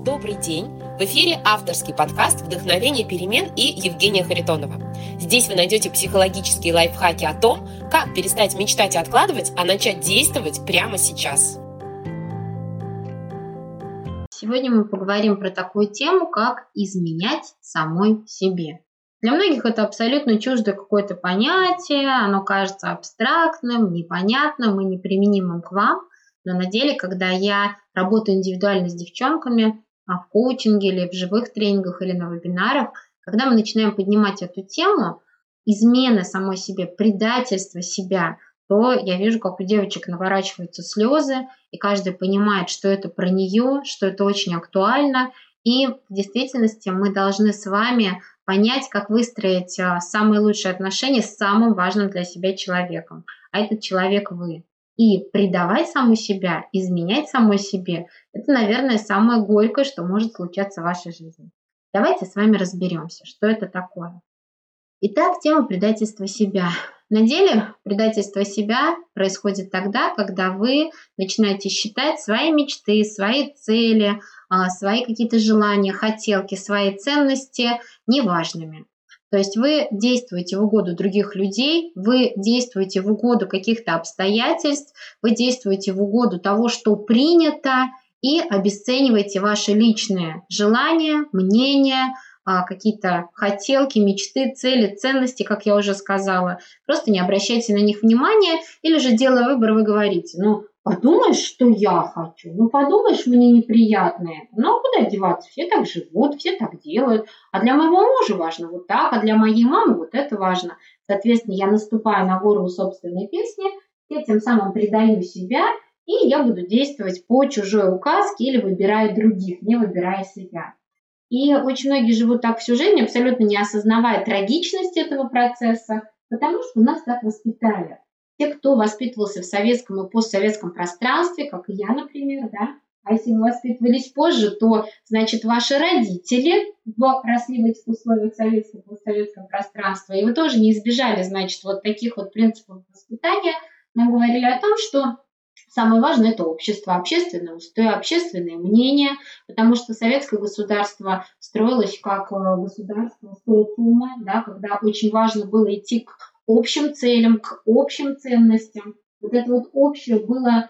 Добрый день! В эфире авторский подкаст «Вдохновение перемен» и Евгения Харитонова. Здесь вы найдете психологические лайфхаки о том, как перестать мечтать и откладывать, а начать действовать прямо сейчас. Сегодня мы поговорим про такую тему, как изменять самой себе. Для многих это абсолютно чуждое какое-то понятие, оно кажется абстрактным, непонятным и неприменимым к вам. Но на деле, когда я работаю индивидуально с девчонками, в коучинге или в живых тренингах или на вебинарах, когда мы начинаем поднимать эту тему, измены самой себе, предательство себя, то я вижу, как у девочек наворачиваются слезы, и каждый понимает, что это про нее, что это очень актуально. И в действительности мы должны с вами понять, как выстроить самые лучшие отношения с самым важным для себя человеком. А этот человек вы. И предавать саму себя, изменять самой себе – это, наверное, самое горькое, что может случаться в вашей жизни. Давайте с вами разберемся, что это такое. Итак, тема предательства себя. На деле предательство себя происходит тогда, когда вы начинаете считать свои мечты, свои цели, свои какие-то желания, хотелки, свои ценности неважными. То есть вы действуете в угоду других людей, вы действуете в угоду каких-то обстоятельств, вы действуете в угоду того, что принято, и обесцениваете ваши личные желания, мнения, какие-то хотелки, мечты, цели, ценности, как я уже сказала. Просто не обращайте на них внимания, или же, делая выбор, вы говорите, подумаешь, что я хочу, подумаешь, мне неприятно это. А куда деваться? Все так живут, все так делают. А для моего мужа важно вот так, а для моей мамы вот это важно. Соответственно, я наступаю на горло собственной песни, я тем самым предаю себя, и я буду действовать по чужой указке или выбирая других, не выбирая себя. И очень многие живут так всю жизнь, абсолютно не осознавая трагичность этого процесса, потому что нас так воспитали. Те, кто воспитывался в советском и постсоветском пространстве, как и я, например, а если вы воспитывались позже, то, значит, ваши родители росли в этих условиях советского и постсоветского пространства, и вы тоже не избежали, значит, вот таких вот принципов воспитания. Нам говорили о том, что самое важное – это общество, общественные устои, общественные мнения, потому что советское государство строилось как государство социума, когда очень важно было идти к общим целям, к общим ценностям. Вот это вот общее было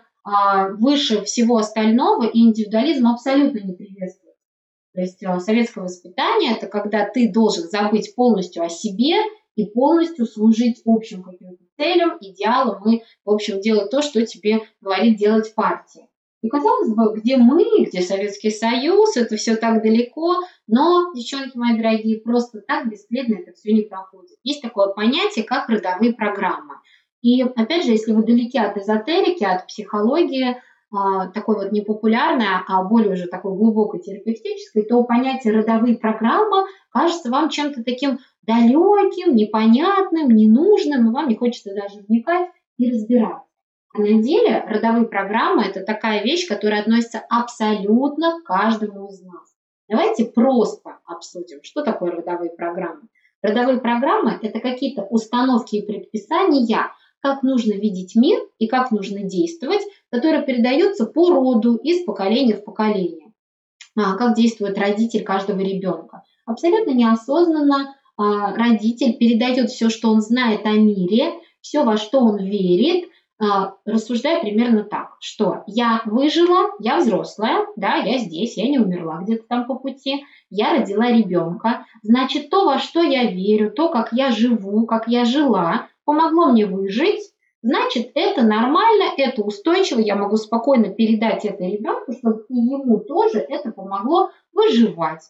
выше всего остального, и индивидуализм абсолютно не приветствуется. То есть советское воспитание – это когда ты должен забыть полностью о себе и полностью служить общим каким-то целям, идеалам и, в общем, делать то, что тебе говорит делать партия. И казалось бы, где мы, где Советский Союз, это все так далеко, но, девчонки мои дорогие, просто так бесследно это все не проходит. Есть такое понятие, как родовые программы. И, опять же, если вы далеки от эзотерики, от психологии, такой вот непопулярной, а более уже такой глубокой терапевтической, то понятие родовые программы кажется вам чем-то таким далеким, непонятным, ненужным, и вам не хочется даже вникать и разбираться. А на деле родовые программы – это такая вещь, которая относится абсолютно к каждому из нас. Давайте просто обсудим, что такое родовые программы. Родовые программы – это какие-то установки и предписания, как нужно видеть мир и как нужно действовать, которые передаются по роду из поколения в поколение. Как действует родитель каждого ребенка. Абсолютно неосознанно родитель передает все, что он знает о мире, все, во что он верит, рассуждая примерно так, что я выжила, я взрослая, я здесь, я не умерла где-то там по пути, я родила ребенка, значит, то, во что я верю, то, как я живу, как я жила, помогло мне выжить, значит, это нормально, это устойчиво, я могу спокойно передать это ребенку, чтобы и ему тоже это помогло выживать,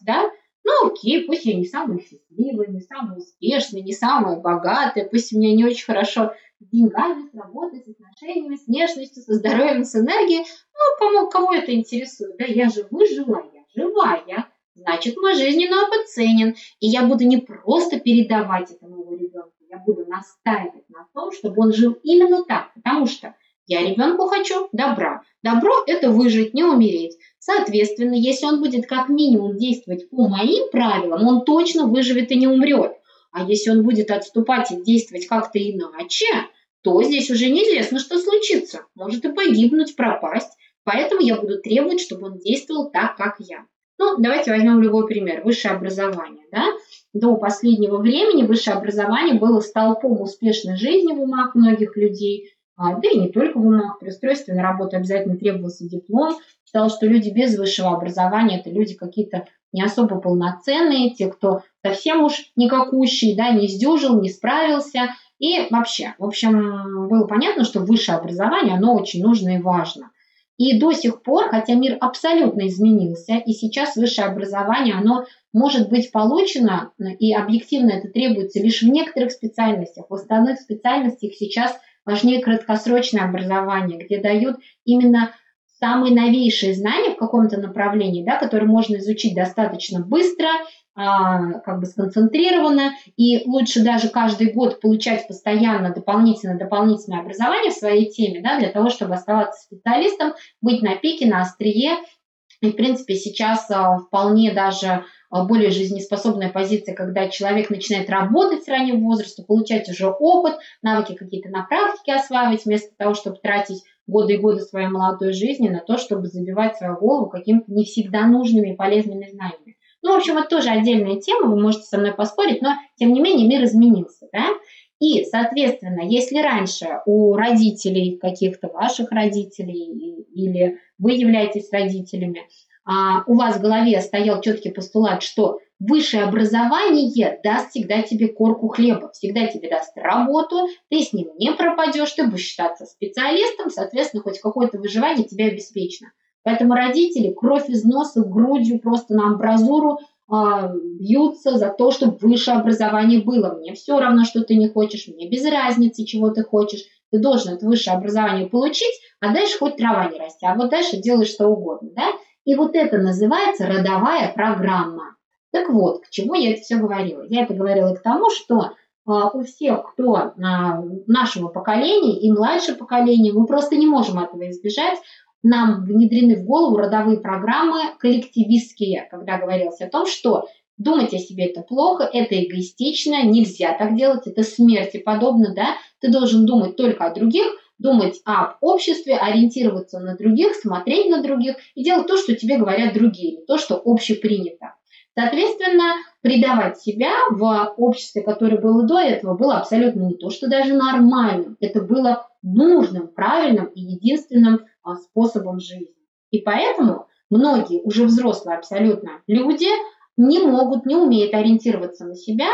окей, пусть я не самая счастливая, не самая успешная, не самая богатая, пусть у меня не очень хорошо с деньгами, с работой, с отношениями, с внешностью, со здоровьем, с энергией. Кого это интересует? Я же выжила, я живая, значит, мой жизненный опыт ценен. И я буду не просто передавать это моему ребенку, я буду настаивать на том, чтобы он жил именно так, потому что я ребенку хочу добра. Добро – это выжить, не умереть. Соответственно, если он будет как минимум действовать по моим правилам, он точно выживет и не умрет. А если он будет отступать и действовать как-то иначе, то здесь уже неизвестно, что случится. Может и погибнуть, пропасть. Поэтому я буду требовать, чтобы он действовал так, как я. Ну, давайте возьмем любой пример. Высшее образование. Да? До последнего времени высшее образование было столпом успешной жизни в умах многих людей, да и не только в умах. При устройстве на работу обязательно требовался диплом. Считалось, что люди без высшего образования – это люди какие-то не особо полноценные, те, кто совсем уж никакущий, да, не сдюжил, не справился. И вообще, в общем, было понятно, что высшее образование, оно очень нужно и важно. И до сих пор, хотя мир абсолютно изменился, и сейчас высшее образование, оно может быть получено, и объективно это требуется лишь в некоторых специальностях. В остальных специальностях сейчас важнее краткосрочное образование, где дают именно самые новейшие знания в каком-то направлении, да, которые можно изучить достаточно быстро, как бы сконцентрированно, и лучше даже каждый год получать постоянно дополнительное образование в своей теме, да, для того, чтобы оставаться специалистом, быть на пике, на острие. И, в принципе, сейчас вполне даже более жизнеспособная позиция, когда человек начинает работать с раннего возраста, получать уже опыт, навыки какие-то на практике осваивать, вместо того, чтобы тратить годы и годы своей молодой жизни на то, чтобы забивать свою голову какими-то не всегда нужными и полезными знаниями. Ну, в общем, это тоже отдельная тема, вы можете со мной поспорить, но, тем не менее, мир изменился, да? И, соответственно, если раньше у родителей, каких-то ваших родителей, или вы являетесь родителями, у вас в голове стоял четкий постулат, что высшее образование даст всегда тебе корку хлеба, всегда тебе даст работу, ты с ним не пропадешь, ты будешь считаться специалистом, соответственно, хоть какое-то выживание тебе обеспечено. Поэтому родители кровь из носа, грудью просто на амбразуру бьются за то, чтобы высшее образование было. Мне все равно, что ты не хочешь, мне без разницы, чего ты хочешь. Ты должен это высшее образование получить, а дальше хоть трава не расти, а вот дальше делай что угодно. Да? И вот это называется родовая программа. Так вот, к чему я это все говорила? Я это говорила к тому, что у всех, кто нашего поколения и младше поколения, мы просто не можем этого избежать, нам внедрены в голову родовые программы коллективистские, когда говорилось о том, что думать о себе это плохо, это эгоистично, нельзя так делать, это смерти подобно, да? Ты должен думать только о других, думать об обществе, ориентироваться на других, смотреть на других и делать то, что тебе говорят другие, то, что общепринято. Соответственно, предавать себя в обществе, которое было до этого, было абсолютно не то, что даже нормальным. Это было нужным, правильным и единственным способом жизни. И поэтому многие уже взрослые абсолютно люди не могут, не умеют ориентироваться на себя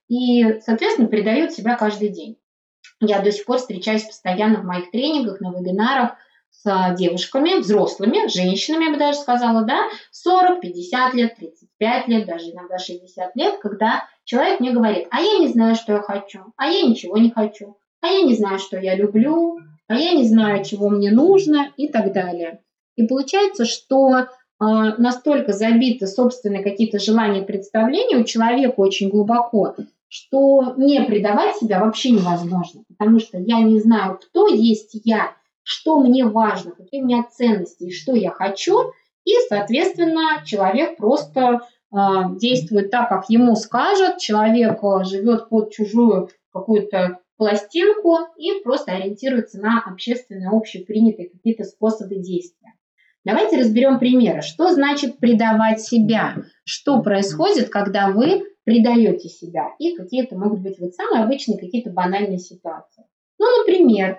и, соответственно, предают себя каждый день. Я до сих пор встречаюсь постоянно в моих тренингах, на вебинарах с девушками, взрослыми, женщинами, я бы даже сказала, да, 40, 50 лет, 35 лет, даже иногда 60 лет, когда человек мне говорит, а я не знаю, что я хочу, а я ничего не хочу, а я не знаю, что я люблю, а я не знаю, чего мне нужно и так далее. И получается, что настолько забиты собственные какие-то желания и представления у человека очень глубоко, что не предавать себя вообще невозможно, потому что я не знаю, кто есть я, что мне важно, какие у меня ценности и что я хочу, и, соответственно, человек просто действует так, как ему скажут, человек живет под чужую какую-то пластинку и просто ориентируется на общественные, общепринятые какие-то способы действия. Давайте разберем примеры. Что значит предавать себя? Что происходит, когда вы предаете себя? И какие-то могут быть вот самые обычные какие-то банальные ситуации. Ну, например,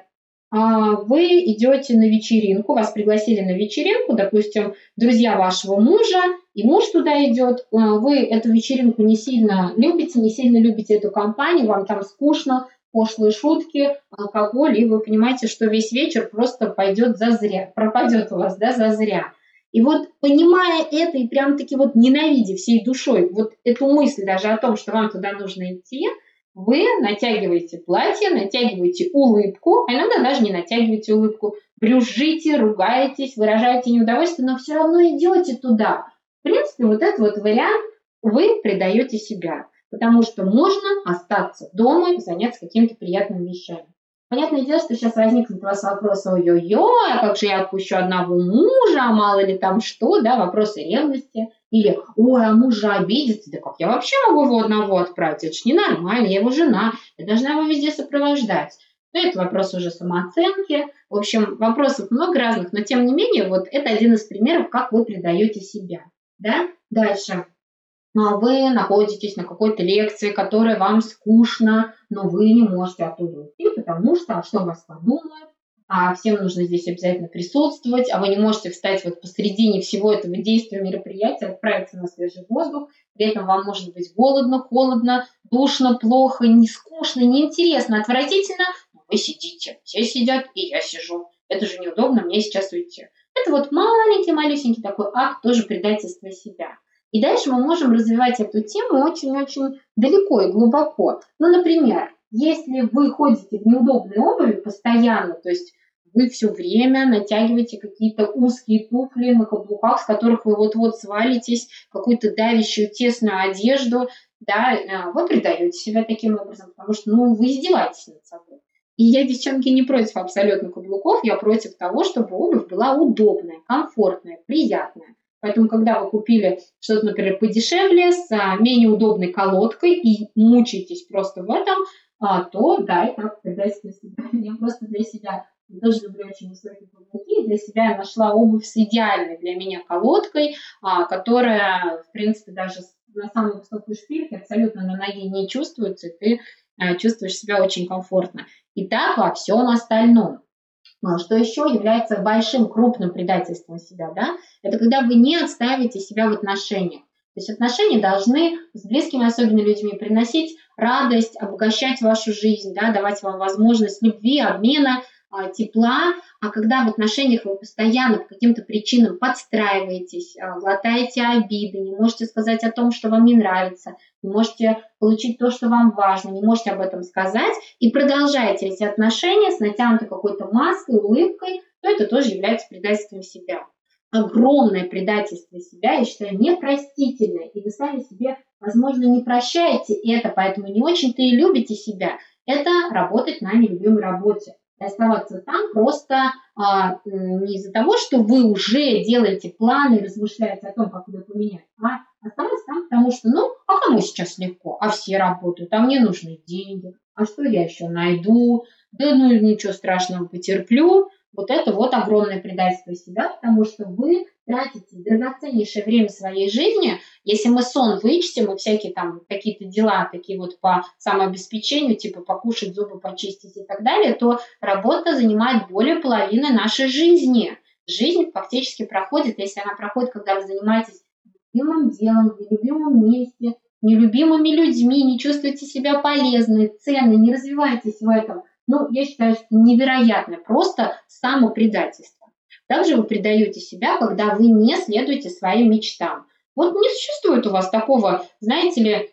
вы идете на вечеринку, вас пригласили на вечеринку, допустим, друзья вашего мужа, и муж туда идет, вы эту вечеринку не сильно любите эту компанию, вам там скучно, пошлые шутки, алкоголь, и вы понимаете, что весь вечер просто пойдет зазря, пропадет у вас, да, зазря. И вот понимая это и прям-таки вот ненавидя всей душой вот эту мысль даже о том, что вам туда нужно идти, вы натягиваете платье, натягиваете улыбку, а иногда даже не натягиваете улыбку, брюзжите, ругаетесь, выражаете неудовольствие, но все равно идете туда. В принципе, вот этот вот вариант вы предаете себя, потому что можно остаться дома и заняться какими-то приятными вещами. Понятное дело, что сейчас возникнет у вас вопрос, ой-ой-ой, а как же я отпущу одного мужа, а мало ли там что, да, вопросы ревности. Или, ой, а муж же обидится, да как я вообще могу его одного отправить, это же ненормально, я его жена, я должна его везде сопровождать. Но это вопрос уже самооценки. В общем, вопросов много разных, но тем не менее, вот это один из примеров, как вы предаете себя. Да? Дальше. Вы находитесь на какой-то лекции, которая вам скучно, но вы не можете оттуда уйти, потому что, что о вас подумают, всем нужно здесь обязательно присутствовать, а вы не можете встать вот посередине всего этого действия, мероприятия, отправиться на свежий воздух, при этом вам может быть голодно, холодно, душно, плохо, не скучно, неинтересно, отвратительно, но вы сидите, все сидят, и я сижу. Это же неудобно, мне сейчас уйти. Это вот маленький-малюсенький такой акт тоже предательства себя. И дальше мы можем развивать эту тему очень-очень далеко и глубоко. Ну, например, если вы ходите в неудобной обуви постоянно, то есть вы все время натягиваете какие-то узкие туфли на каблуках, с которых вы вот-вот свалитесь, какую-то давящую тесную одежду, да, вы предаете себя таким образом, потому что, вы издеваетесь над собой. И я, девчонки, не против абсолютно каблуков, я против того, чтобы обувь была удобная, комфортная, приятная. Поэтому, когда вы купили что-то, например, подешевле, с менее удобной колодкой и мучаетесь просто в этом, то да, это предательство себя. Я просто для себя тоже люблю очень высокие каблуки. Для себя я нашла обувь с идеальной для меня колодкой, которая, в принципе, даже на самой высокой шпильке абсолютно на ноге не чувствуется, и ты чувствуешь себя очень комфортно. И так во всем остальном. Что еще является большим, крупным предательством себя, да? Это когда вы не отставите себя в отношениях. То есть отношения должны с близкими, особенно людьми, приносить радость, обогащать вашу жизнь, да, давать вам возможность любви, обмена, тепла. А когда в отношениях вы постоянно по каким-то причинам подстраиваетесь, глотаете обиды, не можете сказать о том, что вам не нравится, не можете получить то, что вам важно, не можете об этом сказать, и продолжаете эти отношения с натянутой какой-то маской, улыбкой, то это тоже является предательством себя. Огромное предательство себя, я считаю, непростительное, и вы сами себе, возможно, не прощаете это, поэтому не очень-то и любите себя. Это работать на нелюбимой работе. И оставаться там просто не из-за того, что вы уже делаете планы и размышляете о том, как это поменять, а оставаться там, потому что, а кому сейчас легко? А все работают, а мне нужны деньги, а что я еще найду? Да ничего страшного, потерплю. Вот это вот огромное предательство себя, потому что вы тратите драгоценнейшее время своей жизни. Если мы сон вычтем и всякие там какие-то дела такие вот по самообеспечению, типа покушать, зубы почистить и так далее, то работа занимает более половины нашей жизни. Жизнь фактически проходит, если она проходит, когда вы занимаетесь любимым делом, в нелюбимом месте, нелюбимыми людьми, не чувствуете себя полезной, ценной, не развиваетесь в этом. Я считаю, что невероятное просто самопредательство. Также вы предаете себя, когда вы не следуете своим мечтам. Вот не существует у вас такого, знаете ли,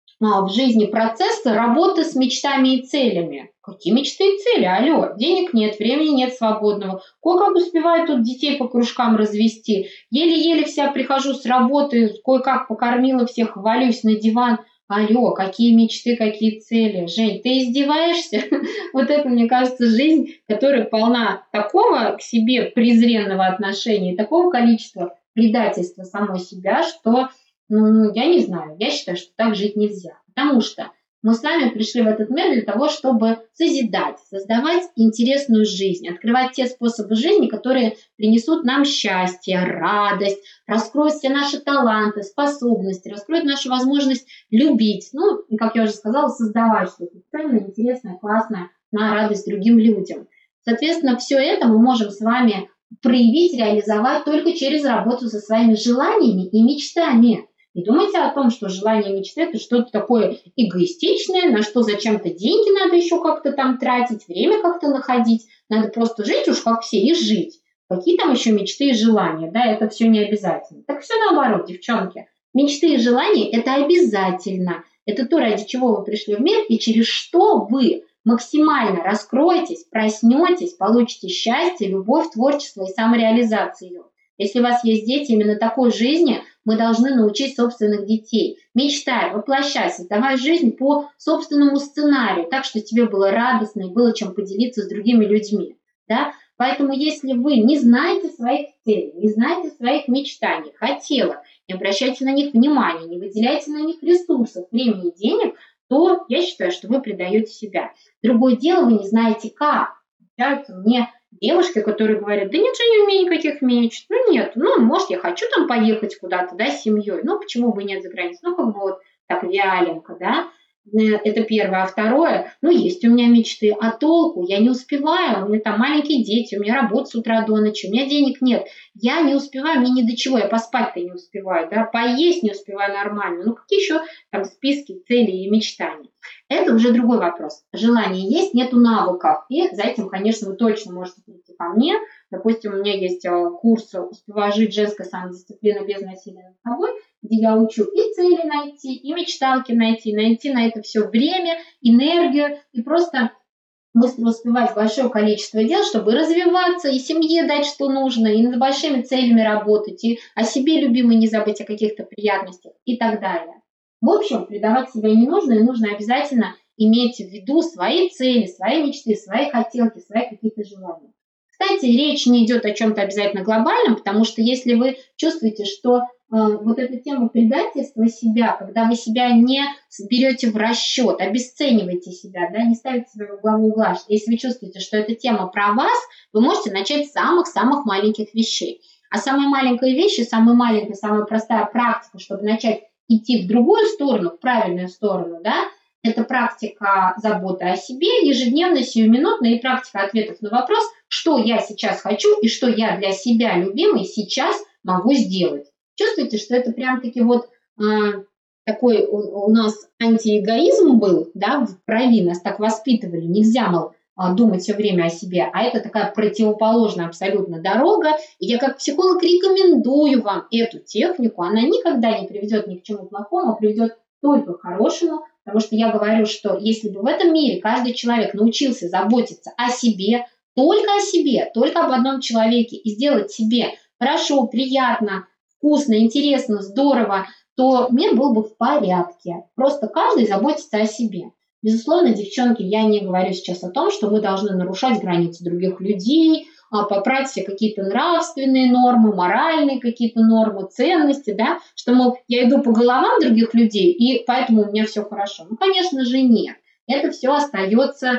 в жизни процесса работы с мечтами и целями. Какие мечты и цели? Алло, денег нет, времени нет свободного. Кое-как успеваю тут детей по кружкам развести. Еле-еле вся прихожу с работы, кое-как покормила всех, валюсь на диван. Алло, какие мечты, какие цели? Жень, ты издеваешься? Вот это, мне кажется, жизнь, которая полна такого к себе презренного отношения, такого количества предательства самой себя, что, я не знаю, я считаю, что так жить нельзя. Потому что мы с вами пришли в этот мир для того, чтобы созидать, создавать интересную жизнь, открывать те способы жизни, которые принесут нам счастье, радость, раскроют все наши таланты, способности, раскроют нашу возможность любить, и, как я уже сказала, создавать что-то ценное, интересное, классное на радость другим людям. Соответственно, все это мы можем с вами проявить, реализовать только через работу со своими желаниями и мечтами. Не думайте о том, что желание и мечты – это что-то такое эгоистичное, на что зачем-то деньги надо еще как-то там тратить, время как-то находить. Надо просто жить уж как все и жить. Какие там еще мечты и желания? Да, это все не обязательно. Так все наоборот, девчонки. Мечты и желания – это обязательно. Это то, ради чего вы пришли в мир и через что вы максимально раскроетесь, проснетесь, получите счастье, любовь, творчество и самореализацию. Если у вас есть дети, именно такой жизни мы должны научить собственных детей. Мечтай, воплощай, создавай жизнь по собственному сценарию, так, что тебе было радостно и было чем поделиться с другими людьми. Да? Поэтому если вы не знаете своих целей, не знаете своих мечтаний, хотелок, не обращайте на них внимания, не выделяйте на них ресурсов, времени и денег, то я считаю, что вы предаете себя. Другое дело, вы не знаете как. Мне девушки, которые говорят, да нет же у меня никаких мечт, ну нет, ну может я хочу там поехать куда-то, да, с семьей, ну почему бы нет за границей, ну как бы вот так вяленько, да, это первое. А второе, ну есть у меня мечты, а толку, я не успеваю, у меня там маленькие дети, у меня работа с утра до ночи, у меня денег нет, я не успеваю, мне ни до чего, я поспать-то не успеваю, да, поесть не успеваю нормально, ну какие еще там списки целей и мечтаний. Это уже другой вопрос. Желание есть, нету навыков. И за этим, конечно, вы точно можете прийти ко мне. Допустим, у меня есть курс «Успевай жить. Женская самодисциплина без насилия над собой», где я учу и цели найти, и мечталки найти на это все время, энергию, и просто быстро успевать большое количество дел, чтобы развиваться, и семье дать, что нужно, и над большими целями работать, и о себе любимой не забыть, о каких-то приятностях и так далее. В общем, предавать себя не нужно, и нужно обязательно иметь в виду свои цели, свои мечты, свои хотелки, свои какие-то желания. Кстати, речь не идет о чем-то обязательно глобальном, потому что если вы чувствуете, что вот эта тема предательства себя, когда вы себя не берете в расчет, обесцениваете себя, да, не ставите себя во главу угла, если вы чувствуете, что эта тема про вас, вы можете начать с самых-самых маленьких вещей. А самая маленькая вещь, самая маленькая, самая простая практика, чтобы начать идти в другую сторону, в правильную сторону, да, это практика заботы о себе, ежедневная, сиюминутная, и практика ответов на вопрос, что я сейчас хочу и что я для себя любимый сейчас могу сделать. Чувствуете, что это прям-таки вот такой у нас антиэгоизм был, да, в крови, нас так воспитывали, нельзя, мол, думать все время о себе, а это такая противоположная абсолютно дорога, и я как психолог рекомендую вам эту технику, она никогда не приведет ни к чему плохому, а приведет только к хорошему, потому что я говорю, что если бы в этом мире каждый человек научился заботиться о себе, только об одном человеке, и сделать себе хорошо, приятно, вкусно, интересно, здорово, то мир был бы в порядке. Просто каждый заботится о себе. Безусловно, девчонки, я не говорю сейчас о том, что мы должны нарушать границы других людей, попрать все какие-то нравственные нормы, моральные какие-то нормы, ценности, да, что, мол, я иду по головам других людей, и поэтому у меня все хорошо. Ну, конечно же, нет. Это все остается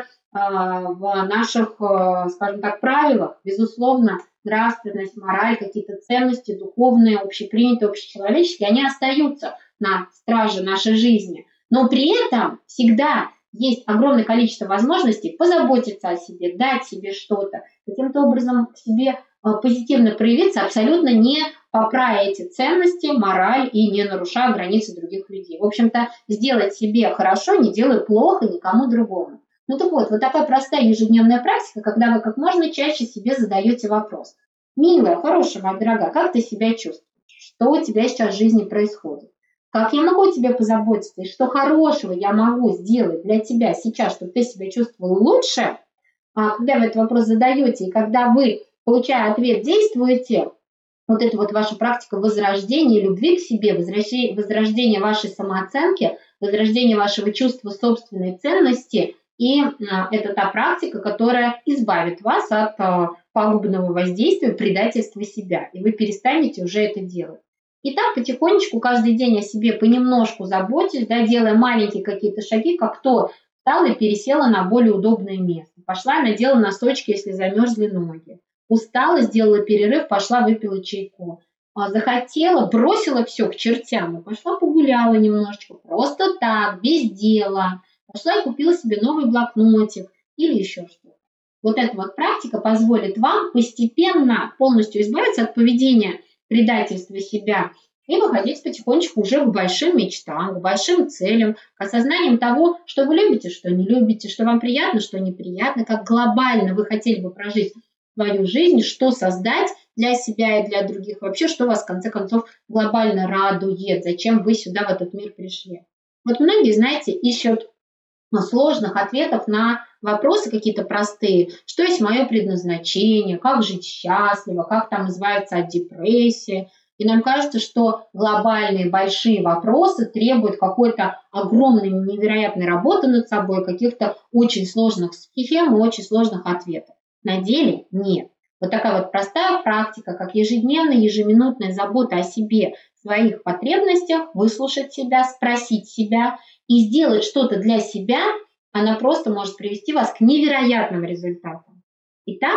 в наших, скажем так, правилах. Безусловно, нравственность, мораль, какие-то ценности духовные, общепринятые, общечеловеческие, они остаются на страже нашей жизни. Но при этом всегда есть огромное количество возможностей позаботиться о себе, дать себе что-то, каким-то образом к себе позитивно проявиться, абсолютно не попрая эти ценности, мораль и не нарушая границы других людей. В общем-то, сделать себе хорошо, не делая плохо никому другому. Ну так вот, вот такая простая ежедневная практика, когда вы как можно чаще себе задаете вопрос. Милая, хорошая, моя дорогая, как ты себя чувствуешь? Что у тебя сейчас в жизни происходит? Как я могу о тебе позаботиться? И что хорошего я могу сделать для тебя сейчас, чтобы ты себя чувствовал лучше? Когда вы этот вопрос задаете, и когда вы, получая ответ, действуете, вот это вот ваша практика возрождения любви к себе, возрождения вашей самооценки, возрождения вашего чувства собственной ценности, и это та практика, которая избавит вас от пагубного воздействия, предательства себя, и вы перестанете уже это делать. И так потихонечку каждый день о себе понемножку заботьтесь, да, делая маленькие какие-то шаги, как то встала и пересела на более удобное место. Пошла и надела носочки, если замерзли ноги. Устала, сделала перерыв, пошла выпила чайку. Захотела, бросила все к чертям и пошла погуляла немножечко. Просто так, без дела. Пошла и купила себе новый блокнотик или еще что-то. Вот эта вот практика позволит вам постепенно полностью избавиться от поведения предательства себя и выходить потихонечку уже к большим мечтам, к большим целям, к осознанию того, что вы любите, что не любите, что вам приятно, что неприятно, как глобально вы хотели бы прожить свою жизнь, что создать для себя и для других, вообще, что вас, в конце концов, глобально радует, зачем вы сюда, в этот мир пришли. Вот многие, знаете, ищут сложных ответов на вопросы какие-то простые, что есть мое предназначение, как жить счастливо, как там избавиться от депрессии. И нам кажется, что глобальные большие вопросы требуют какой-то огромной невероятной работы над собой, каких-то очень сложных схем и очень сложных ответов. На деле нет. Вот такая вот простая практика, как ежедневная, ежеминутная забота о себе, своих потребностях, выслушать себя, спросить себя и сделать что-то для себя, она просто может привести вас к невероятным результатам. Итак,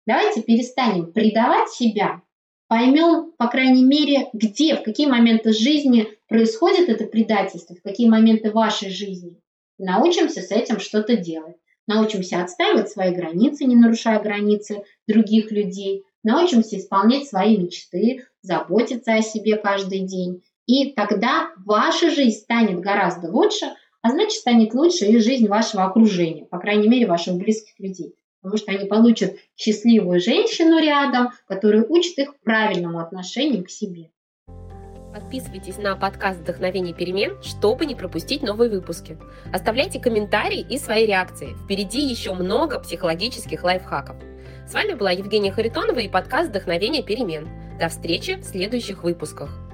Давайте перестанем предавать себя, поймем, по крайней мере, где, в какие моменты жизни происходит это предательство, в какие моменты вашей жизни. Научимся с этим что-то делать. Научимся отстаивать свои границы, не нарушая границы других людей. Научимся исполнять свои мечты, заботиться о себе каждый день. И тогда ваша жизнь станет гораздо лучше, а значит, станет лучше и жизнь вашего окружения, по крайней мере, ваших близких людей. Потому что они получат счастливую женщину рядом, которая учит их правильному отношению к себе. Подписывайтесь на подкаст «Вдохновение перемен», чтобы не пропустить новые выпуски. Оставляйте комментарии и свои реакции. Впереди еще много психологических лайфхаков. С вами была Евгения Харитонова и подкаст «Вдохновение перемен». До встречи в следующих выпусках.